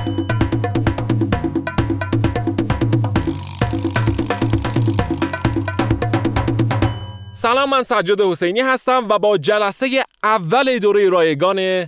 سلام، من سجاد حسینی هستم و با جلسه اول دوره رایگان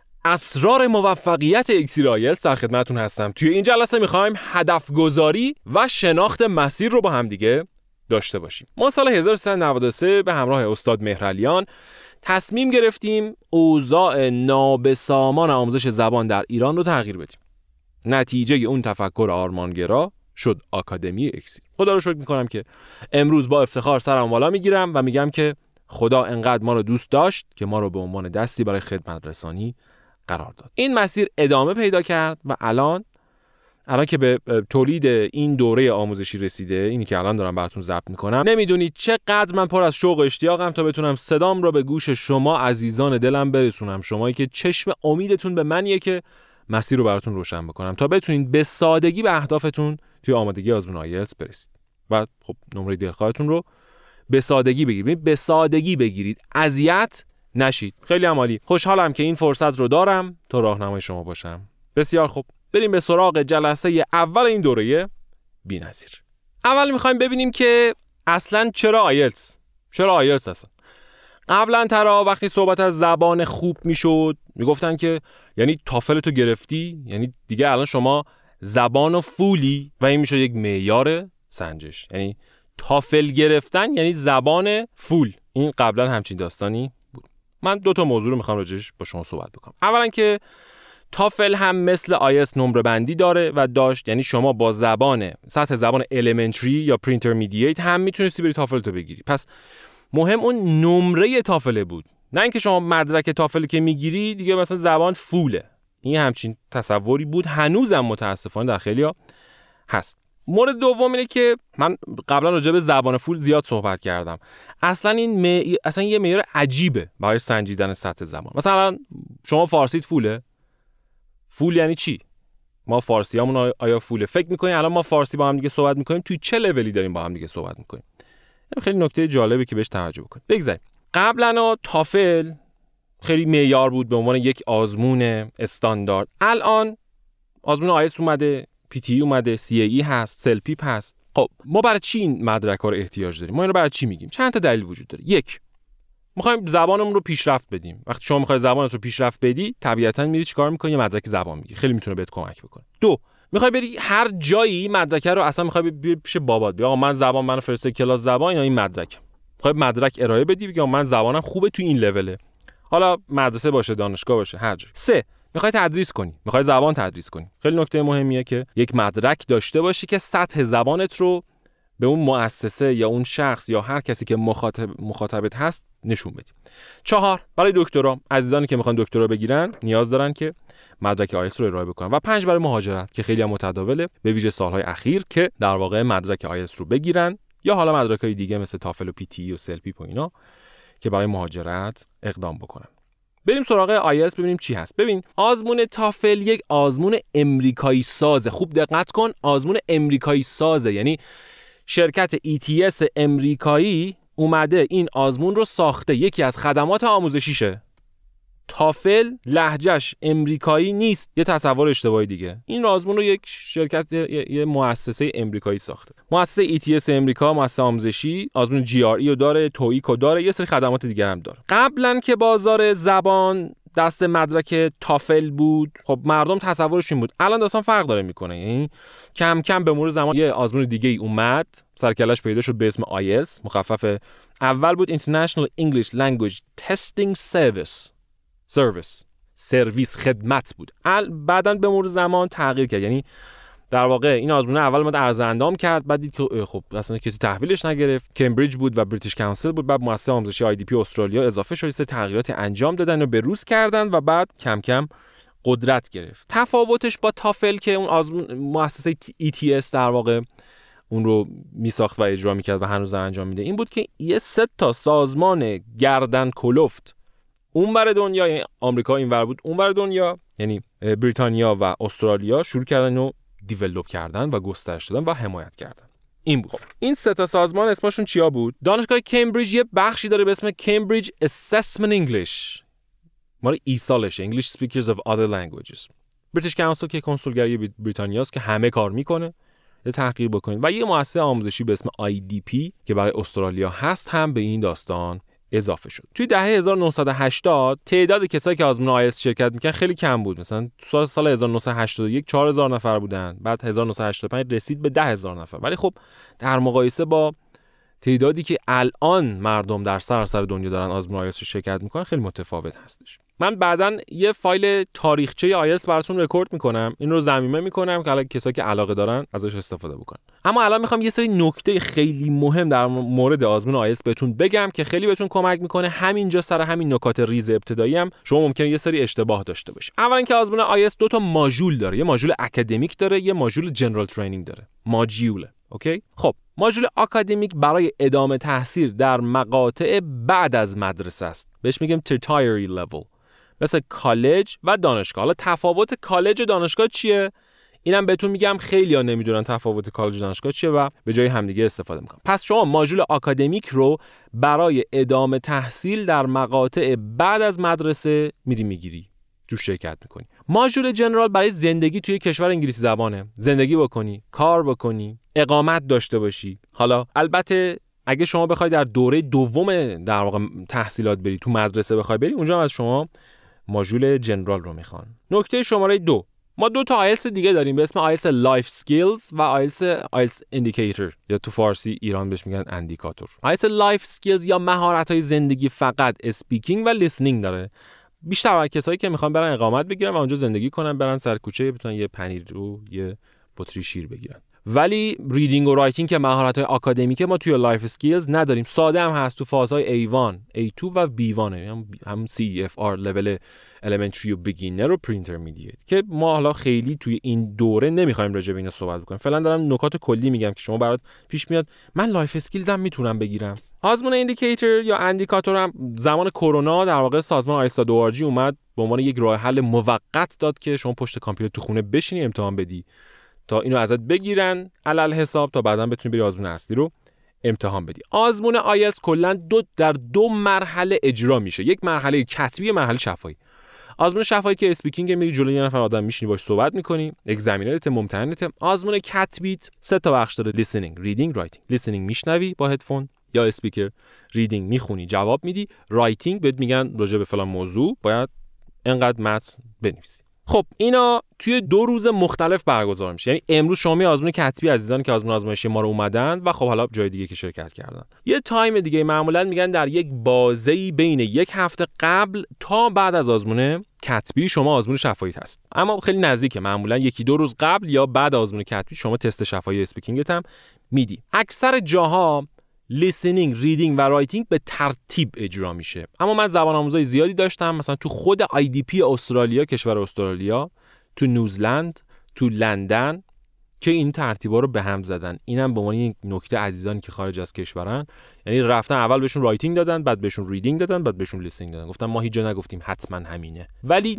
اسرار موفقیت اکسیر آیلتس در خدمتتون هستم. توی این جلسه می‌خوایم هدف گذاری و شناخت مسیر رو با هم دیگه داشته باشیم. ما سال 1393 به همراه استاد مهرعلیان تصمیم گرفتیم اوضاع نابسامان آموزش زبان در ایران رو تغییر بدیم. نتیجه اون تفکر آرمانگرا شد آکادمی اکسیر. خدا رو شکر میکنم که امروز با افتخار سرم والا میگیرم و میگم که خدا انقدر ما رو دوست داشت که ما رو به عنوان دستی برای خدمت رسانی قرار داد. این مسیر ادامه پیدا کرد و الان که به تولید این دوره آموزشی رسیده، اینی که الان دارم براتون ضبط میکنم، نمیدونید چقدر من پر از شوق و اشتیاقم تا بتونم صدام رو به گوش شما عزیزان دلم برسونم، شمایی که چشم امیدتون به منیه که مسیر رو براتون روشن بکنم تا بتونید به سادگی به اهدافتون توی آمادگی آزمون آیلتس برسید. و خب نمره دلخواهتون رو به سادگی بگیرید، به سادگی بگیرید، اذیت نشید. خیلی عالی. خوشحالم که این فرصت رو دارم تا راهنمای شما باشم. بسیار خوب، بریم به سراغ جلسه اول این دوره بی‌نظیر. اول می‌خوایم ببینیم که اصلاً چرا آیلتس اصلا. قبلا ترا وقتی صحبت از زبان خوب میشد میگفتن که یعنی تافل تو گرفتی، یعنی دیگه الان شما زبان فولی و این میشه یک معیار سنجش. یعنی تافل گرفتن یعنی زبان فول. این قبلا همچین داستانی بود. من 2 موضوع رو میخوام راجعش با شما صحبت بکنم. اولا که تافل هم مثل آیلتس نمره بندی داره و داشت، یعنی شما با سطح زبان elementary یا pre-intermediate هم میتونستی بری تافل تو بگیری. پس مهم اون نمره تافل بود، نه اینکه شما مدرک تافل که میگیری دیگه مثلا زبان فوله. این همچین تصوری بود، هنوزم متاسفانه در خیلی‌ها هست. مورد دوم اینه که من قبلا راجع به زبان فول زیاد صحبت کردم. اصلا اصلا یه معیار عجیبه برای سنجیدن سطح زبان. مثلا شما فارسیت فوله؟ فول یعنی چی؟ ما فارسیامون آیا فوله؟ فکر می‌کنید الان ما فارسی با هم دیگه صحبت می‌کنیم توی چه لولی داریم با هم دیگه صحبت می‌کنیم؟ خیلی نکته جالبی که بهش توجه بکنید. بگذاریم. قبلا تافل خیلی معیار بود به عنوان یک آزمون استاندارد. الان آزمون آیلتس اومده، پی تی اومده، سی ای هست، سلپیپ هست. خب ما برای چی این مدرک‌ها رو احتیاج داریم؟ ما اینو برای چی میگیم؟ چند تا دلیل وجود داره. یک، می‌خوایم زبانمون رو پیشرفت بدیم. وقتی شما می‌خوای زبانت رو پیشرفت بدی، طبیعتاً میری چیکار می‌کنی؟ یه مدرک زبان میگیری. خیلی میتونه بهت کمک بکنه. دو، میخوای بری هر جایی مدرک رو اصلا میخوای بری پیش بابات بگی آقا من زبان منو فرسته کلاس زبان یا این مدرک. میخوای مدرک ارائه بدی بگی من زبانم خوبه تو این لوله. حالا مدرسه باشه، دانشگاه باشه، هر جایی. 3، میخوای تدریس کنی، میخوای زبان تدریس کنی. خیلی نکته مهمیه که یک مدرک داشته باشی که سطح زبانت رو به اون مؤسسه یا اون شخص یا هر کسی که مخاطبت هست نشون بدی. 4، برای دکترا، عزیزانی که میخوان دکترا بگیرن نیاز دارن که مدرک آیلتس رو ارائه بکنن. و 5، برای مهاجرت که خیلی هم متداوله، به ویژه سالهای اخیر که در واقع مدرک آیلتس رو بگیرن یا حالا مدرک‌های دیگه مثل تافل و پی تی و سلپیپ و اینا که برای مهاجرت اقدام بکنن. بریم سراغ آیلتس ببینیم چی هست. ببین، آزمون تافل یک آزمون امریکایی سازه. خوب دقت کن، آزمون امریکایی سازه. یعنی شرکت ETS امریکایی اومده این آزمون رو ساخته. یکی از خدمات آموزشیشه. تافل لهجهش امریکایی نیست، یه تصور اشتباهی دیگه. این آزمون رو یک شرکت، یه مؤسسه امریکایی ساخته. مؤسسه ETS امریکا، مؤسسه آموزشی، آزمون GRE رو داره، توئیک رو داره، یه سری خدمات دیگه هم داره. قبلا که بازار زبان دست مدرک تافل بود، خب مردم تصورش این بود. الان داستان فرق داره میکنه. یعنی کم کم به مرور زمان یه آزمون دیگه ای اومد، سرکلش پیدا شد به اسم آیلتس. مخفف اول بود International English Language Testing سرویس خدمت بود. بعداً به مرور زمان تغییر کرد. یعنی در واقع این آزمون اول اومد عرضه اندام کرد، بعد دید که خب اصلا کسی تحویلش نگرفت. کمبریج بود و بریتیش کانسل بود، بعد مؤسسه آموزشی IDP استرالیا اضافه شد، سری تغییرات انجام دادن و بروز کردن و بعد کم کم قدرت گرفت. تفاوتش با تافل که اون آزمون مؤسسه ETS در واقع اون رو میساخت و اجرا میکرد و هنوز انجام میده، این بود که یه 3 سازمان گردن کلفت اونور دنیا، یعنی آمریکا اینور بود، اونور دنیا یعنی بریتانیا و استرالیا، شروع کردن و دیولپ کردن و گسترش دادن و حمایت کردن. این بود. این 3 سازمان اسمشون چیا بود؟ دانشگاه کمبریج یه بخشی داره به اسم کمبریج اسسمنت انگلیش، مال ایسالش، English Speakers of Other Languages. بریتیش کانسل که کنسولگری بریتانیاست که همه کار میکنه، تحقیق بکنید. و یه مؤسسه آموزشی به اسم IDP که برای استرالیا هست هم به این داستان اضافه شد. توی دهه 1980 تعداد کسایی که آزمون آیلتس شرکت میکنن خیلی کم بود. مثلا سال 1981 4000 نفر بودن، بعد 1985 رسید به 10000 نفر. ولی خب در مقایسه با تعدادی که الان مردم در سراسر دنیا دارن آزمون آیلتس رو شرکت میکنن خیلی متفاوت هستش. من بعداً یه فایل تاریخچه آیلتس براتون رکورد میکنم، این رو ضمیمه میکنم که حالا کسایی که علاقه دارن ازش استفاده بکنن. اما الان میخوام یه سری نکته خیلی مهم در مورد آزمون آیلتس بهتون بگم که خیلی بهتون کمک میکنه. همینجا سر همین نکات ریز ابتدایی هم شما ممکنه یه سری اشتباه داشته باشید. اولا که آزمون آیلتس دو تا ماژول داره، یه ماژول اکادمیک داره، یه ماژول جنرال ترینینگ داره. ماژول اوکی. خب ماژول آکادمیک برای ادامه تحصیل در مقاطع بعد از مدرسه است، بهش میگیم tertiary level، مثل کالج و دانشگاه. حالا تفاوت کالج و دانشگاه چیه؟ اینم بهتون میگم، خیلی‌ها نمیدونن تفاوت کالج و دانشگاه چیه و به جای همدیگه استفاده میکنن. پس شما ماژول آکادمیک رو برای ادامه تحصیل در مقاطع بعد از مدرسه میگیری، تو شرکت میکنی. ماژول جنرال برای زندگی توی کشور انگلیسی زبانه، زندگی بکنی، کار بکنی، اقامت داشته باشی. حالا البته اگه شما بخوای در دوره دوم در واقع تحصیلات بری، تو مدرسه بخوای بری، اونجا از شما ماژول جنرال رو میخوان. نکته شماره 2، ما 2 تا آیلتس دیگه داریم به اسم آیلتس لایف سکیلز و آیلتس ایندیکیتور، یا تو فارسی ایران بهش میگن اندیکاتور. آیلتس لایف سکیلز یا مهارت‌های زندگی فقط اسپیکینگ و لیسنینگ داره، بیشتر برای کسایی که میخوان برن اقامت بگیرن و اونجا زندگی کنن، برن سر کوچه بتونن یه پنیر رو یه بطری شیر بگیرن. ولی ریدینگ و رایتینگ که مهارت‌های آکادمیکه ما توی لایف اسکیلز نداریم. ساده هم هست، تو فازهای A1, A2 و B1 هم CFR لول elementary و beginner و pre-intermediate که ما حالا خیلی توی این دوره نمی‌خوایم راجع به اینا صحبت بکنیم. فعلا دارم نکات کلی میگم که شما برات پیش میاد من لایف اسکیلز هم میتونم بگیرم. آزمون ایندیکیتور یا اندیکاتور هم زمان کرونا در واقع سازمان ISTA2RG اومد به عنوان یک راه حل موقت داد که شما پشت کامپیوتر تو خونه بشینی امتحان بدی تا اینو ازت بگیرن علل حساب تا بعداً بتونی بری آزمون اصلی رو امتحان بدی. آزمون آیلتس کلاً در دو مرحله اجرا میشه، یک مرحله کتبی، مرحله شفاهی. آزمون شفاهی که اسپیکینگ میری جلوی یه نفر آدم میشینی باهاش صحبت میکنی، اگزامینرت، ممتحنت. آزمون کتبیت 3 تا بخش داره: لیسنینگ، ریدینگ، رایتینگ. لیسنینگ میشنوی با هدفون یا اسپیکر، ریدینگ میخونی جواب میدی، رایتینگ بهت میگن راجع به فلان موضوع باید انقدر متن بنویسی. خب اینا توی 2 روز مختلف برگزار میشه. یعنی امروز شما می آزمون کتبی عزیزان که آزمون آزمایشی ما رو اومدن و خب حالا جای دیگه که شرکت کردن، یه تایم دیگه معمولا میگن در یک بازه‌ای بین 1 هفته قبل تا بعد از آزمون کتبی شما آزمون شفاهی هست. اما خیلی نزدیکه، معمولا 1-2 روز قبل یا بعد آزمون کتبی شما تست شفاهی اسپیکینگت هم میدی. اکثر جاها لیسنینگ، ریدینگ و رایتینگ به ترتیب اجرا میشه. اما من زبان آموزای زیادی داشتم، مثلا تو خود IDP استرالیا، کشور استرالیا، تو نیوزلند، تو لندن، که این ترتیبا رو به هم زدن. اینم به عنوان یک نکته عزیزانی که خارج از کشورن، یعنی رفتن اول بهشون رایتینگ دادن، بعد بهشون ریدینگ دادن، بعد بهشون لیسنینگ دادن. گفتم ما هیچ جا نگفتیم حتما همینه، ولی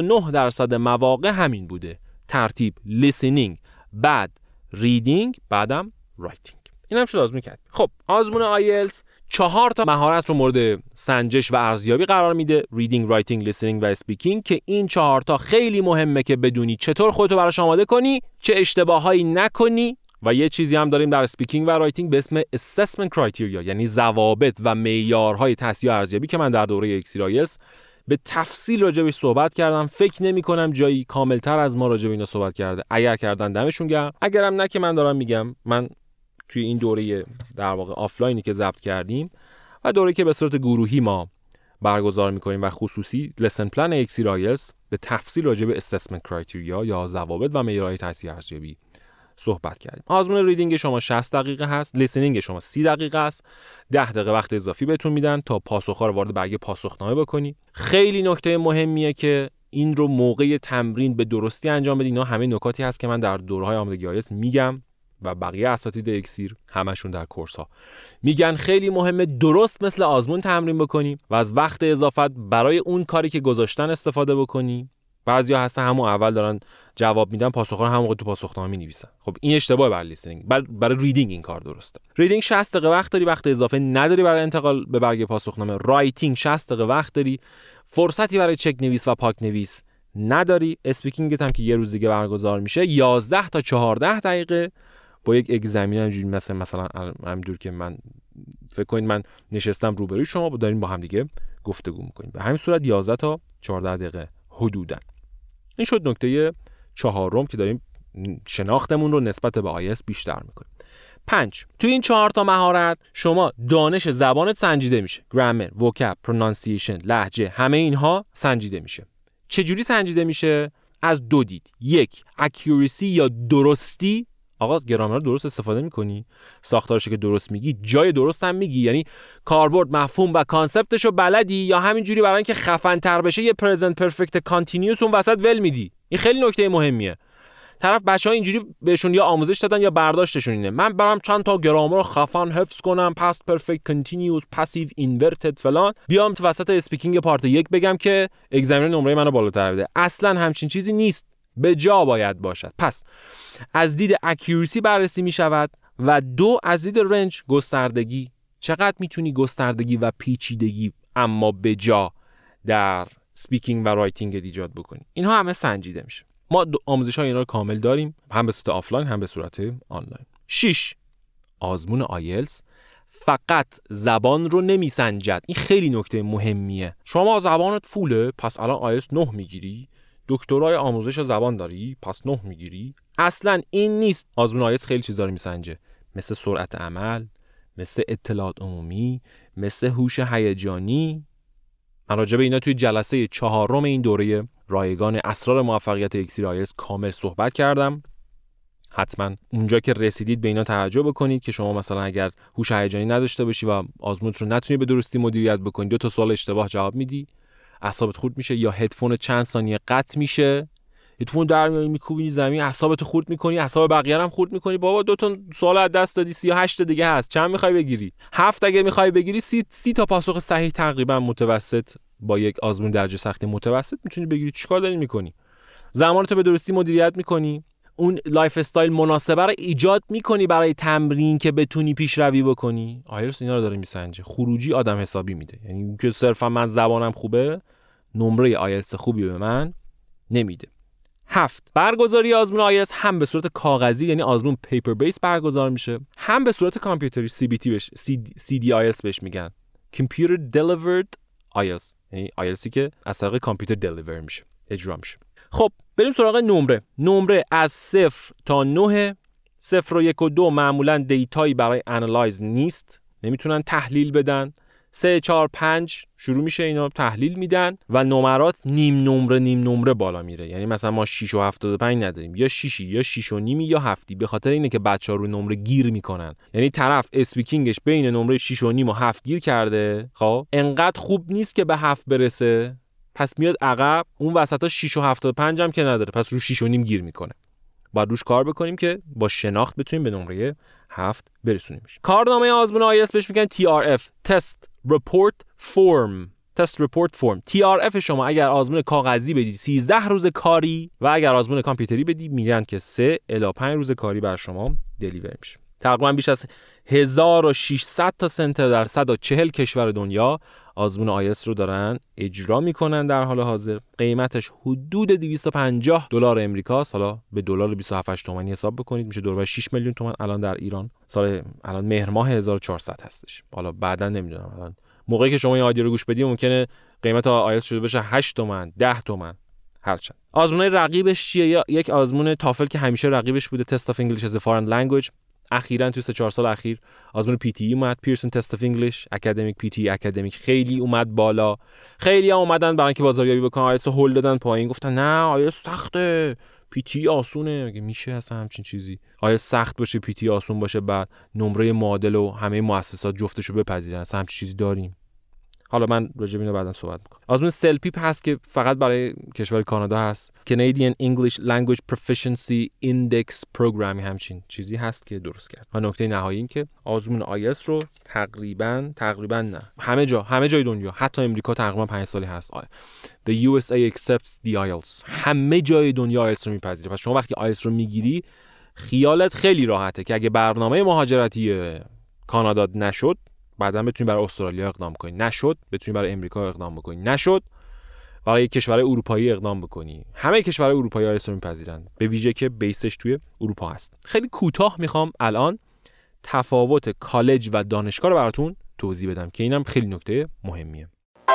99% مواقع همین بوده، ترتیب لیسنینگ، بعد ریدینگ، بعدم رایتینگ. اینم شد آزمون کتبی. خب آزمون آیلتس 4 تا مهارت رو مورد سنجش و ارزیابی قرار میده: ریدینگ، رایتینگ، لیسنینگ و اسپیکینگ، که این 4 تا خیلی مهمه که بدونی چطور خودتو براش آماده کنی، چه اشتباهایی نکنی. و یه چیزی هم داریم در اسپیکینگ و رایتینگ به اسم assessment criteria، یعنی ضوابط و معیارهای تصحیح و ارزیابی که من در دوره اکسیر آیلتس به تفصیل راجع بهش صحبت کردم. فکر نمی‌کنم جایی کاملتر از ما راجع به اینا صحبت کرده. اگر کردن دمشون گرم، اگرم نه که من دارم میگم. من توی این دوره در واقع آفلاینی که ضبط کردیم و دوره‌ای که به صورت گروهی ما برگزار می‌کنیم و خصوصی لسن پلن اکسیر آیلتس به تفصیل راجع به اسسمنت کرایتریا یا ضوابط و معیارهای تصحیح ارزیابی صحبت کردیم. آزمون ریدینگ شما 60 دقیقه هست، لیسنینگ شما 30 دقیقه است. 10 دقیقه وقت اضافی بهتون میدن تا پاسخ‌ها رو وارد برگه پاسخنامه بکنی. خیلی نکته مهمیه که این رو موقع تمرین به درستی انجام بدین. اینا همه نکاتی هست که من در دوره‌های آمادگی آیلتس میگم و بقیه اساتید اکسیر همشون در کورس ها میگن خیلی مهمه درست مثل آزمون تمرین بکنی و از وقت اضافت برای اون کاری که گذاشتن استفاده بکنی. بعضیا هستن همون اول دارن جواب میدن، پاسخ‌ها رو همون موقع تو پاسخنامه می‌نویسن. خب این اشتباهه برای لیسنینگ. برای ریدینگ این کار درسته. ریدینگ 60 دقیقه وقت داری، وقت اضافه نداری برای انتقال به برگه پاسخنامه. رایتینگ 60 دقیقه وقت داری، فرصتی برای چک نویس و پاک نویس نداری، اسپیکینگت هم که یه روز دیگه برگزار میشه 11 تا 14 دقیقه با یک اگزمین همینجوری مثلا همینجور که من فکر کنید من نشستم روبروی شما و داریم با هم دیگه گفتگو میکنیم. به همین صورت 11 تا 14 دقیقه حدوداً. این شد نکته چهارم که داریم شناختمون رو نسبت به آیلتس بیشتر میکنیم. 5. توی این 4 تا مهارت شما دانش زبانت سنجیده میشه. گرامر، وکاب، پرونانسیشن، لهجه، همه اینها سنجیده میشه. چجوری سنجیده میشه؟ از دو دید. یک، اکیوریسی یا درستی. آقا گرامر درست استفاده میکنی؟ ساختارش که درست میگی، جای درست هم میگی؟ یعنی کاربرد مفهوم و کانسپتشو بلدی یا همینجوری برای اینکه خفن تر بشه یه پرزنت پرفکت کانتینیوس اون وسط ول میدی؟ این خیلی نکته مهمیه. طرف بچه‌ها اینجوری بهشون یا آموزش دادن یا برداشتشون اینه من برام چند تا گرامر خفن حفظ کنم، پاست پرفکت، کانتینیوس، پاسیو، اینورتد فلان، بیام تو وسط اسپیکینگ پارت 1 بگم که اگزمینر نمره منو بالاتر بده. اصلا همچین چیزی نیست، به جا باید باشد. پس از دید اکیوریسی بررسی می شود و 2 از دید رنج، گستردگی. چقدر میتونی گستردگی و پیچیدگی اما به جا در سپیکینگ و رایتینگ ایجاد بکنی. اینها همه سنجیده میشه. ما آموزش‌های اینا رو کامل داریم، هم به صورت آفلاین هم به صورت آنلاین. 6. آزمون آیلتس فقط زبان رو نمیسنجد. این خیلی نکته مهمیه. شما زبانت فوله پس الان آیلتس 9 میگیری، دکترای آموزش زبان داری پس 9 میگیری. اصلا این نیست. آزمون آیلتس خیلی چیزا رو میسنجه، مثل سرعت عمل، مثل اطلاعات عمومی، مثل هوش هیجانی. من راجع به اینا توی جلسه 4 این دوره رایگان اسرار موفقیت اکسیر آیلتس کامل صحبت کردم. حتما اونجا که رسیدید به اینا توجه بکنید که شما مثلا اگر هوش هیجانی نداشته باشی و آزمونت رو نتونی به درستی مدیریت بکنی، 2 تا سوال اشتباه جواب میدی، اعصابت خورد میشه، یا هدفون چند ثانیه قطع میشه، هدفون در میاری میکوبی زمین، اعصابت خورد میکنی، اعصاب بقیه هم خورد میکنی. بابا 2 تا سوال از دست دادی، 38 دیگه هست، چند میخوای بگیری؟ 7 اگه میخوای بگیری 30 تا پاسخ صحیح تقریبا متوسط با یک آزمون درجه سختی متوسط میتونی بگیری. چیکار داری میکنی؟ زمانتو به درستی مدیریت میکنی، اون لایف استایل مناسبه رو ایجاد میکنی برای تمرین که بتونی پیشروی بکنی. آیلتس اینا رو داره میسنجه. خروجی آدم حسابی میده، یعنی که صرفا من زبانم خوبه نمره آیلتس خوبی به من نمیده. 7. برگزاری آزمون آیلتس هم به صورت کاغذی یعنی آزمون پیپر بیس برگزار میشه، هم به صورت کامپیوتری CBT بهش CD آیلتس بهش میگن، کامپیوتر دیلیورد آیلتس، یعنی آیلتسی که از طریق کامپیوتر دیلیور میشه، اجرا میشه. خب بریم سراغ نمره از 0 تا 9. 0 و 1 و 2 معمولا دیتایی برای انالایز نیست، نمیتونن تحلیل بدن. 3 4 5 شروع میشه اینا تحلیل میدن و نمرات نیم نمره بالا میره. یعنی مثلا ما 6 و 75 نداریم، یا 6 یا 6 و نیمی یا 7. به خاطر اینه که بچه‌ها رو نمره گیر میکنن. یعنی طرف اسپیکینگش بین نمره 6 و نیم و 7 گیر کرده، خب انقدر خوب نیست که به 7 برسه، پس میاد عقب. اون وسطا 6 و 75 هم که نداره، پس رو 6 و نیم گیر میکنه. باید روش کار بکنیم که با شناخت بتونیم به نمره 7 برسونیمش. کارنامه آزمون آیلتس بهش میگن TRF Test Report Form. Test Report Form. TRF شما اگر آزمون کاغذی بدی 13 روز کاری و اگر آزمون کامپیوتری بدی میگن که 3 الی 5 روز کاری بر شما دلیور میشه. تقریبا بیش از 1600 تا سنتر در 140 کشور دنیا آزمون آیلتس رو دارن اجرا میکنن در حال حاضر. قیمتش حدود $250 امریکاست. حالا به دلار 27 تومانی حساب بکنید میشه دور 6 میلیون تومان الان در ایران. الان مهر ماه 1400 هستش. حالا بعدا نمیدونم، الان موقعی که شما این آدیو رو گوش بدی ممکنه قیمت آیلتس شده بشه 8 تومن، 10 تومن، هرچند. آزمون رقیبش چیه؟ یا یک آزمون تافل که همیشه رقیبش بوده، تست اف انگلیش از فارن لنگویج. اخیراً تو 3-4 سال اخیر آزمون PTE اومد، پیرسون تست اف انگلیش، اکادمیک PTE اکادمیک خیلی اومد بالا. خیلی ها اومدن برای اینکه بازاریابی بکنن آیلتس هول دادن پایین، گفتن نه آیلتس سخته، PTE آسونه. مگه میشه اصلا همچین چیزی؟ آیلتس سخت باشه PTE آسون باشه بعد نمره معادل و همه مؤسسات جفتشو بپذیرن؟ اصلا همچین چیزی داریم؟ حالا من راجع به اینو بعداً صحبت می‌کنم. آزمون سلپیپ هست که فقط برای کشور کانادا هست. Canadian English Language Proficiency Index Program همچین چیزی هست که درست کرد. و نکته نهایی این که آزمون آیلتس رو تقریباً نه همه جای دنیا، حتی امریکا تقریباً 5 سالی هست. The USA accepts the IELTS. همه جای دنیا آیلتس رو میپذیره. پس شما وقتی آیلتس رو میگیری خیالت خیلی راحته که اگه برنامه مهاجرتی کانادا نشد بعداً بتونی برای استرالیا اقدام کنی، نشد بتونی برای امریکا اقدام بکنی، نشد برای کشورهای اروپایی اقدام بکنی. همه کشورهای اروپایی آیلتس رو میپذیرن، به ویژه که بیسش توی اروپا هست. خیلی کوتاه میخوام الان تفاوت کالج و دانشگاه رو براتون توضیح بدم که اینم خیلی نکته مهمیه.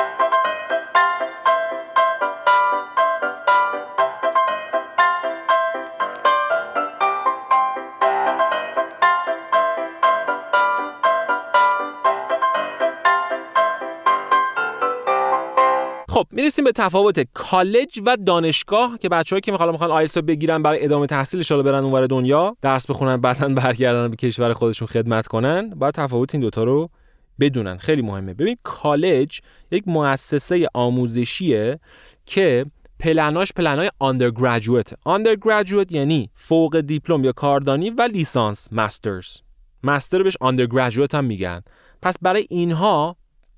خب میرسیم به تفاوت کالج و دانشگاه که بچه‌هایی که میخوان آیلتس رو بگیرن برای ادامه تحصیلش رو برن اونور دنیا درس بخونن بعداً برگردن به کشور خودشون خدمت کنن، باید تفاوت این دوتا رو بدونن. خیلی مهمه. ببین کالج یک مؤسسه آموزشیه که پلنای آندرگراجویت. آندرگراجویت یعنی فوق دیپلم یا کاردانی و لیسانس، مستر بهش آندرگراجویت هم میگن. پس برای اینها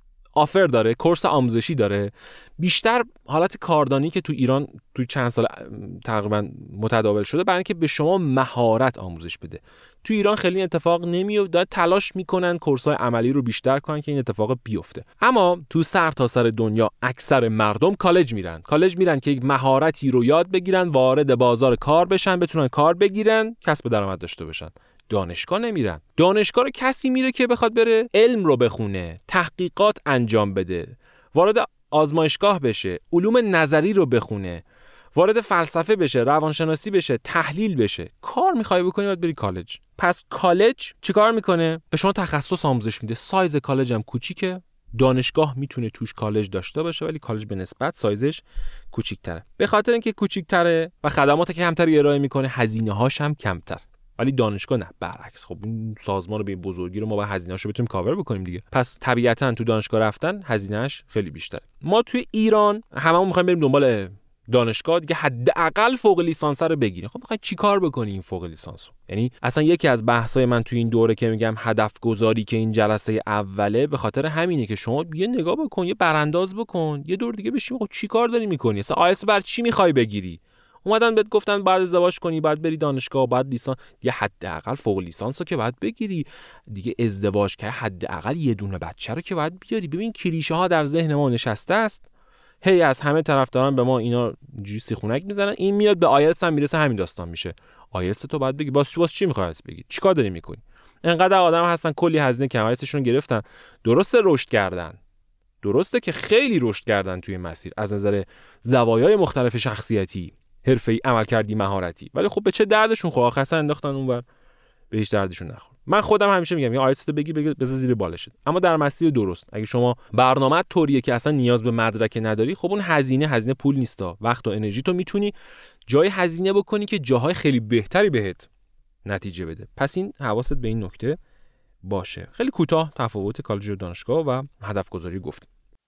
آفر داره، کورس آموزشی داره، بیشتر حالت کاردانی که تو ایران تو چند سال تقریبا متداول شده، برای اینکه به شما مهارت آموزش بده. تو ایران خیلی اتفاق نمیفته، تلاش میکنن کورس‌های عملی رو بیشتر کنن که این اتفاق بیفته. اما تو سرتاسر دنیا اکثر مردم کالج میرن که یک مهارتی رو یاد بگیرن، وارد بازار کار بشن، بتونن کار بگیرن، کسب درآمد داشته باشن. دانشگاه نمیرن. دانشگاه رو کسی میره که بخواد بره علم رو بخونه، تحقیقات انجام بده، وارد آزمایشگاه بشه، علوم نظری رو بخونه، وارد فلسفه بشه، روانشناسی بشه، تحلیل بشه. کار میخوای بکنی باید بری کالج. پس کالج چیکار میکنه؟ به شما تخصص آموزش میده. سایز کالج هم کوچیکه. دانشگاه میتونه توش کالج داشته باشه ولی کالج به نسبت سایزش کوچیک‌تره. به خاطر اینکه کوچیک‌تره و خدماتی که کمتری ارائه میکنه، هزینه‌هاش هم کمتر. ولی دانشگاه نه، برعکس. خب این سازمان رو به این بزرگی رو ما با هزینه‌اشو بتونیم کاور بکنیم دیگه. پس طبیعتاً تو دانشگاه رفتن هزینه‌اش خیلی بیشتره. ما توی ایران هممون می‌خوایم بریم دنبال دانشگاه دیگه، حداقل فوق لیسانس رو بگیریم. خب می‌خوایم چیکار بکنیم این فوق لیسانس رو؟ یعنی اصلا یکی از بحث‌های من توی این دوره که میگم هدف گذاری که این جلسه اوله، به خاطر همینه که شما یه نگاه بکن، یه برانداز بکن، یه دور دیگه بشین. خب چیکار داری می‌کنی؟ اصلا آیلتس بر چی می‌خوای بگیری؟ اومدن بهت گفتن بعد ازدواج کنی، بعد بری دانشگاه، بعد لیسانس، دیگه حداقل فوق لیسانس رو که بعد بگیری. دیگه ازدواج که حداقل یه دونه بچه رو که بعد بیاری. ببین کلیشه ها در ذهن ما نشسته است، هی از همه طرف دارن به ما اینا جوری سیخونک میزنن. این میاد به آیلتس هم میرسه، همین داستان میشه. آیلتس تو بعد بگی باز چی میخوای بگی؟ چیکار داری میکنی؟ انقدر آدم هستن کلی هزینه که آیلتسشون گرفتن، درسته رشد کردن، درسته که خیلی رشد کردن توی مسیر از نظر زوایای مختلف شخصیتی، حرفه‌ای، عملکردی، مهارتی، ولی خب به چه دردشون خورد؟ آخر اصلا انداختن اونور، به هیچ دردشون نخورد. من خودم همیشه میگم یا آیلتس رو بگی بذار زیر بالشت، اما در مسیر درست. اگه شما برنامه‌ت طوریه که اصلا نیاز به مدرک نداری، خب اون هزینه پول نیستا، وقت و انرژی تو میتونی جای هزینه بکنی که جاهای خیلی بهتری بهت نتیجه بده. پس این حواست به این نکته باشه. خیلی کوتاه تفاوت کالج و دانشگاه و هدف گذاری گفتیم.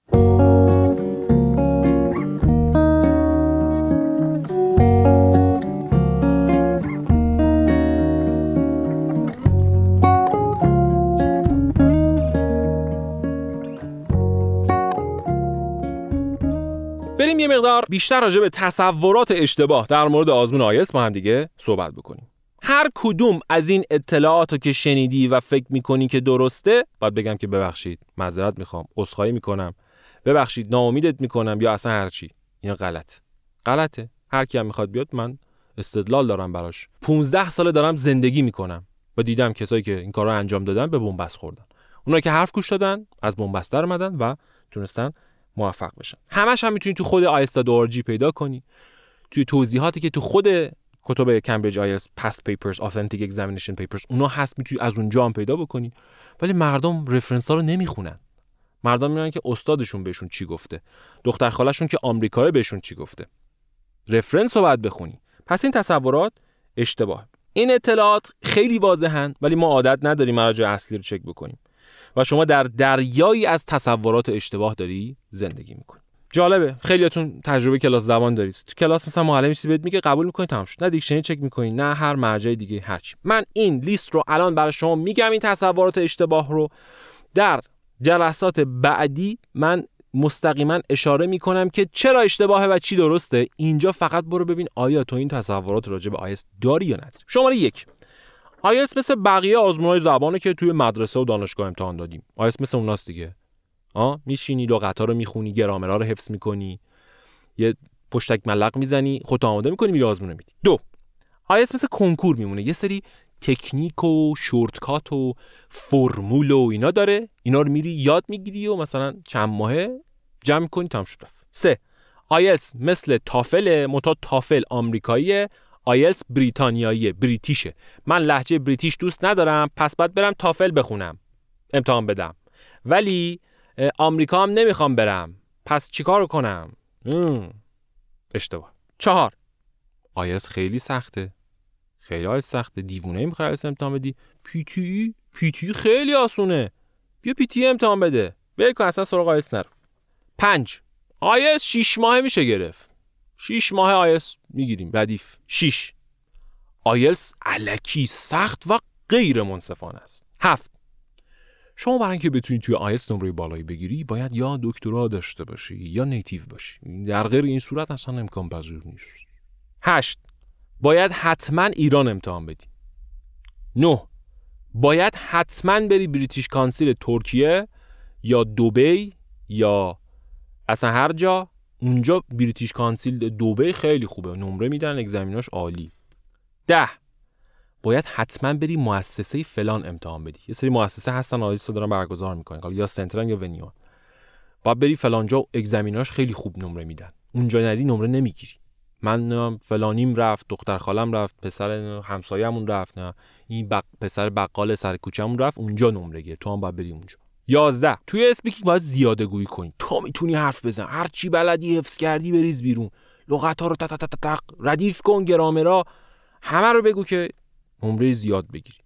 بریم یه مقدار بیشتر راجع به تصورات اشتباه در مورد آزمون آیلتس با هم دیگه صحبت بکنیم. هر کدوم از این اطلاعاتو که شنیدی و فکر میکنی که درسته، باید بگم که ببخشید، معذرت میخوام، عذرخواهی میکنم، ببخشید، ناامیدت میکنم، یا اصلا هر چی. اینا غلطه. هر کی هم میخواد بیاد، من استدلال دارم براش. 15 ساله دارم زندگی میکنم و دیدم کسایی که این کارا انجام دادن به بنبست خوردن. اونایی که حرف گوش دادن از بنبست در اومدن و تونستن موفق بشن. همش هم میتونی تو خود IELTS.org پیدا کنی، توی توضیحاتی که تو خود کتب کمبریج آیلتس، پست پیپرز، آثنتیک اگزامینیشن پیپرز، اونا هست، میتونی از اونجا هم پیدا بکنی. ولی مردم رفرنس ها رو نمیخونن. مردم میگن که استادشون بهشون چی گفته، دختر خاله‌شون که آمریکایی بهشون چی گفته. رفرنس رو باید بخونی. پس این تصورات اشتباه. این اطلاعات خیلی واضحن ولی ما عادت نداریم مراجع اصلی رو چک بکنیم و شما در دریایی از تصورات اشتباه داری زندگی میکنی. جالبه، خیلیاتون تجربه کلاس زبان دارید. تو کلاس مثلا معلم چیزی بهت میگه قبول میکنی، تمام شد. نه دیکشنری چک میکنی، نه هر مرجع دیگه، هر چی. من این لیست رو الان برای شما میگم، این تصورات اشتباه رو در جلسات بعدی من مستقیما اشاره میکنم که چرا اشتباهه و چی درسته. اینجا فقط برو ببین آیا تو این تصورات راجع به آیلتس داری یا نداری. شماره 1، آیلتس مثل بقیه آزمون‌های زبانه که توی مدرسه و دانشگاه امتحان دادیم. آیلتس مثل اوناست دیگه. میشینی لغت‌ها رو میخونی، گرامرها رو حفظ میکنی، یه پشتک ملق میزنی، خودت آماده میکنی، میری آزمون میدی. 2 آیلتس مثل کنکور میمونه، یه سری تکنیک و شورتکات و فرمول و اینا داره، اینا رو میری یاد میگیری و مثلا چند ماهه جمع کنی تمام شد. 3 آیلتس مثل تافل، منتها تافل آمریکاییه، آیلتس بریتانیاییه، بریتیشه. من لهجه بریتیش دوست ندارم، پس باید برم تافل بخونم، امتحان بدم، ولی آمریکا هم نمیخوام برم، پس چیکار کنم؟ اشتباه. 4 آیلتس خیلی سخته، خیلی سخته، دیوونه میخوای آیلتس امتحان بدی؟ پی تی خیلی آسونه، بیا پی تی امتحان بده، ول کن اصلا سراغ آیلتس نرو. 5 آیلتس 6 ماهه میشه گرفت، 6 ماه آیلتس میگیریم ردیف. 6 آیلتس الکی سخت و غیر منصفانه است. 7 شما برای اینکه بتونی توی آیلتس نمره بالایی بگیری باید یا دکترا داشته باشی یا نیتیو باشی، در غیر این صورت اصلا امکان پذیر نیست. 8 باید حتما ایران امتحان بدی. 9 باید حتما بری بریتیش کانسیل ترکیه یا دبی یا اصلا هر جا، اونجا بریتیش کانسیل دبی خیلی خوبه، نمره میدن، اگزمیناش عالی. 10 باید حتما بری مؤسسه فلان امتحان بدی. یه سری مؤسسه هستن آیلتس رو دارن برگزار میکنن، حالا یا سنترن یا ونیو، باید بری فلانجا، اگزمیناش خیلی خوب نمره میدن، اونجا نری نمره نمیگیری. من فلانیم رفت، دختر خالم رفت، پسر همسایه‌مون رفت، نه این پسر بقال سر کوچه‌مون رفت، اونجا نمره گیره، تو هم باید بری اونجا. 11 توی اسپیکینگ باید زیاده گویی کنی، تو میتونی حرف بزن، هر چی بلدی حفظ کردی بریز بیرون، لغت‌ها رو تق ردیف کن، گرامرها همه رو بگو که نمره زیاد بگیری.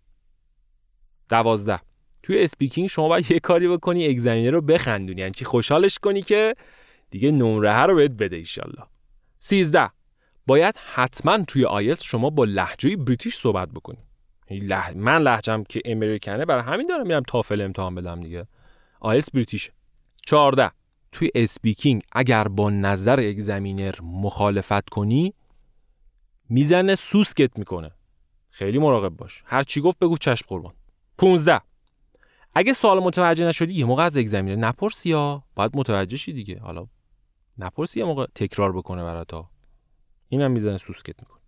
12 توی اسپیکینگ شما باید یه کاری بکنی اگزمینر رو بخندونی، یعنی چی خوشحالش کنی که دیگه نمره ها رو بهت بده ان شاءالله. 13 باید حتما توی آیلتس شما با لهجه بریتیش صحبت بکنی. من لهجه‌ام که امریکنه، برای همین دارم میرم تافل امتحان بدم دیگه، آیلتس بریتیشه. 14 توی اسپیکینگ اگر با نظر اگزمینر مخالفت کنی میزنه سوسکت میکنه، خیلی مراقب باش، هر چی گفت بگو چشم قربان. 15 اگه سوال متوجه نشدی یه موقع از اگزمینر نپرسی، یا باید متوجه شی دیگه، حالا نپرسی یه موقع تکرار بکنه برات، اینم میزنه سوسکت میکنه.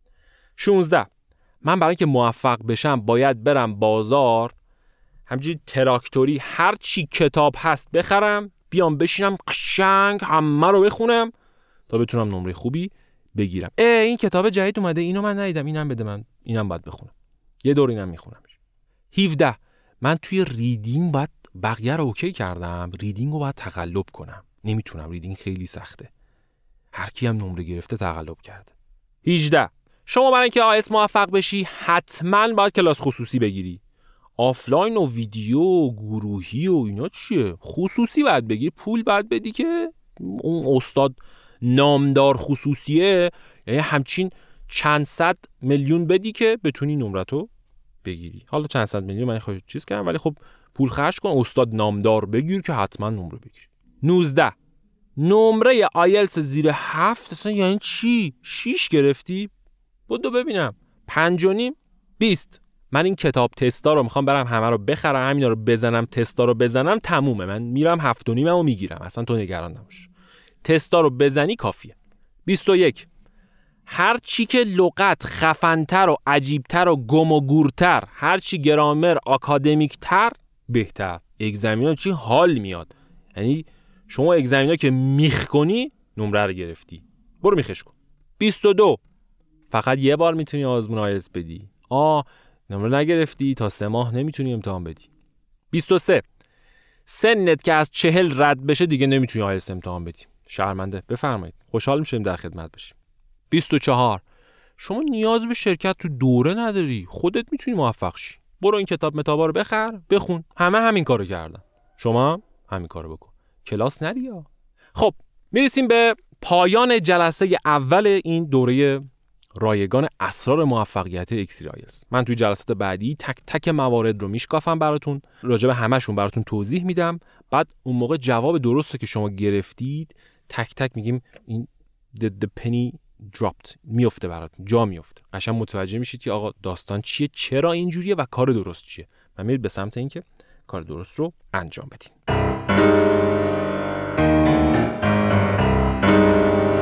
16 من برای اینکه موفق بشم باید برم بازار، همینجوری تراکتوری هر چی کتاب هست بخرم، بیام بشینم قشنگ همه رو بخونم تا بتونم نمره خوبی بگیرم. این کتاب جدید اومده، اینو من ندیدم، اینم بده من، اینم باید بخونم، یه دور اینم میخونم. 17 من توی ریدینگ باید بقیه رو اوکی کردم، ریدینگ رو باید تقلب کنم، نمیتونم، ریدینگ خیلی سخته، هر کی هم نمره گرفته تقلب کرده. 18 شما برای اینکه آیلتس موفق بشی حتما باید کلاس خصوصی بگیری، آفلاین و ویدیو و گروهی و اینا چیه، خصوصی باید بگیری، پول باید بدی که اون استاد نامدار خصوصیه، یعنی همچین چند صد میلیون بدی که بتونی نمرتو بگیری. حالا چند صد میلیون من خواهد چیز کردم، ولی خب پول خرج کن، استاد نامدار بگیر که حتما نمره بگیری. 19 نمره آیلتس زیر 7 اصلا یعنی چی؟ 6 گرفتی؟ بدو ببینم. 5.5 20 من این کتاب تستا رو میخوام برم همه رو بخرم، همینا رو بزنم، تستا رو بزنم، تمومه، من میرم 7.5 رو میگیرم، اصلا تو نگران نباش، تستا رو بزنی کافیه. 21 هر چی که لغت خفن‌تر و عجیب‌تر و گم و گورتر، هر چی گرامر آکادمیک‌تر بهتر. اگزمینر چی حال میاد، یعنی شما اگزمینر که میخ کنی نمره رو گرفتی، برو میخش کن. 22 فقط یه بار میتونی آزمون آیلتس بدی، نمره نگرفتی تا 3 ماه نمیتونی امتحان بدی. 23 سنت که از 40 رد بشه دیگه نمیتونی آیلتس امتحان بدی، شرمنده، بفرمایید، خوشحال میشیم در خدمت باشیم. 24 شما نیاز به شرکت تو دوره نداری، خودت میتونی موفق شی، برو این کتاب متابا رو بخر بخون، همه همین کارو کردن، شما هم همین کارو بکن، کلاس نری. خب میرسیم به پایان جلسه اول این دوره رایگان اسرار موفقیت اکسیر آیلتس. من توی جلسات بعدی تک تک موارد رو میشکافم براتون، راجع به همشون براتون توضیح میدم، بعد اون موقع جواب درسته که شما گرفتید تک تک میگیم این the penny dropped، میفته براتون، جا میفته، قشنگ متوجه میشید که آقا داستان چیه، چرا اینجوریه و کار درست چیه، و میرید به سمت اینکه کار درست رو انجام بدین.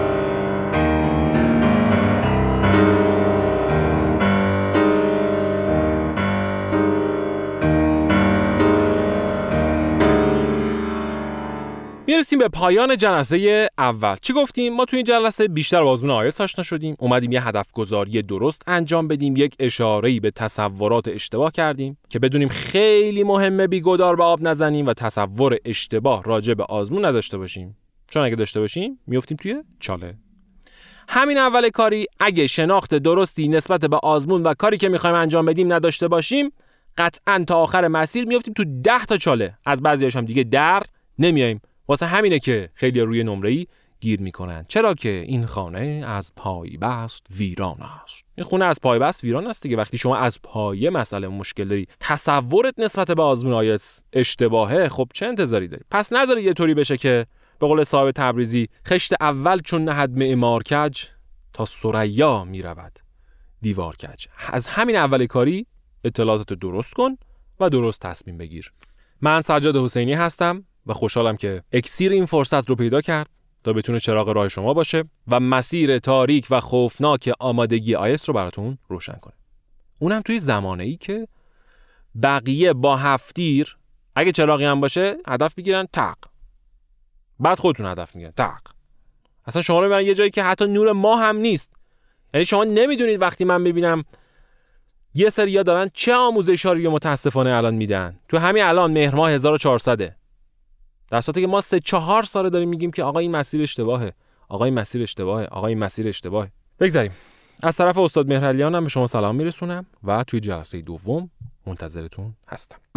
میرسیم به پایان جلسه اول. چی گفتیم؟ ما تو این جلسه بیشتر با آزمون آیس آشنا شدیم، اومدیم یه هدف گذاری درست انجام بدیم، یک اشاره‌ای به تصورات اشتباه کردیم که بدونیم خیلی مهمه بی‌گدار به آب نزنیم و تصور اشتباه راجع به آزمون نداشته باشیم، چون اگه داشته باشیم میافتیم توی چاله. همین اول کاری اگه شناخت درستی نسبت به آزمون و کاری که می‌خوایم انجام بدیم نداشته باشیم، قطعاً تا آخر مسیر میافتیم تو 10 تا چاله. از بعضی‌هاش هم دیگه در نمیایم. واسه همینه که خیلی روی نمره‌ای گیر میکنن. چرا که این خانه از پای بست ویران است. این خونه از پای بست ویران است دیگه. وقتی شما از پایه مسئله مشکل داری، تصورت نسبت به آزمون آیس اشتباهه، خب چه انتظاری داری؟ پس نذاری یه طوری بشه که به قول صاحب تبریزی خشت اول چون نهد معمار کج تا ثریا میرود دیوار کج. از همین اول کاری اطلاعاتت درست کن و درست تصمیم بگیر. من سجاد حسینی هستم و خوشحالم که اکسیر این فرصت رو پیدا کرد تا بتونه چراغ راه شما باشه و مسیر تاریک و خوفناک آمادگی آیس رو براتون روشن کنه. اونم توی زمانه‌ای که بقیه با هفتیر اگه چراغی هم باشه هدف بگیرن تق، بعد خودتون هدف میگیرن تق. اصلا شما رو میبرن یه جایی که حتی نور ماه هم نیست. یعنی شما نمیدونید وقتی من ببینم یه سریا دارن چه آموزشی رو متاسفانه الان میدن. تو همین الان مهر ماه 1400 در صورتی که ما 3-4 سال داریم میگیم که آقا این مسیر اشتباهه، آقا این مسیر اشتباهه، آقا این مسیر اشتباهه. بگذاریم. از طرف استاد مهرعلیان هم به شما سلام میرسونم و توی جلسه دوم منتظرتون هستم.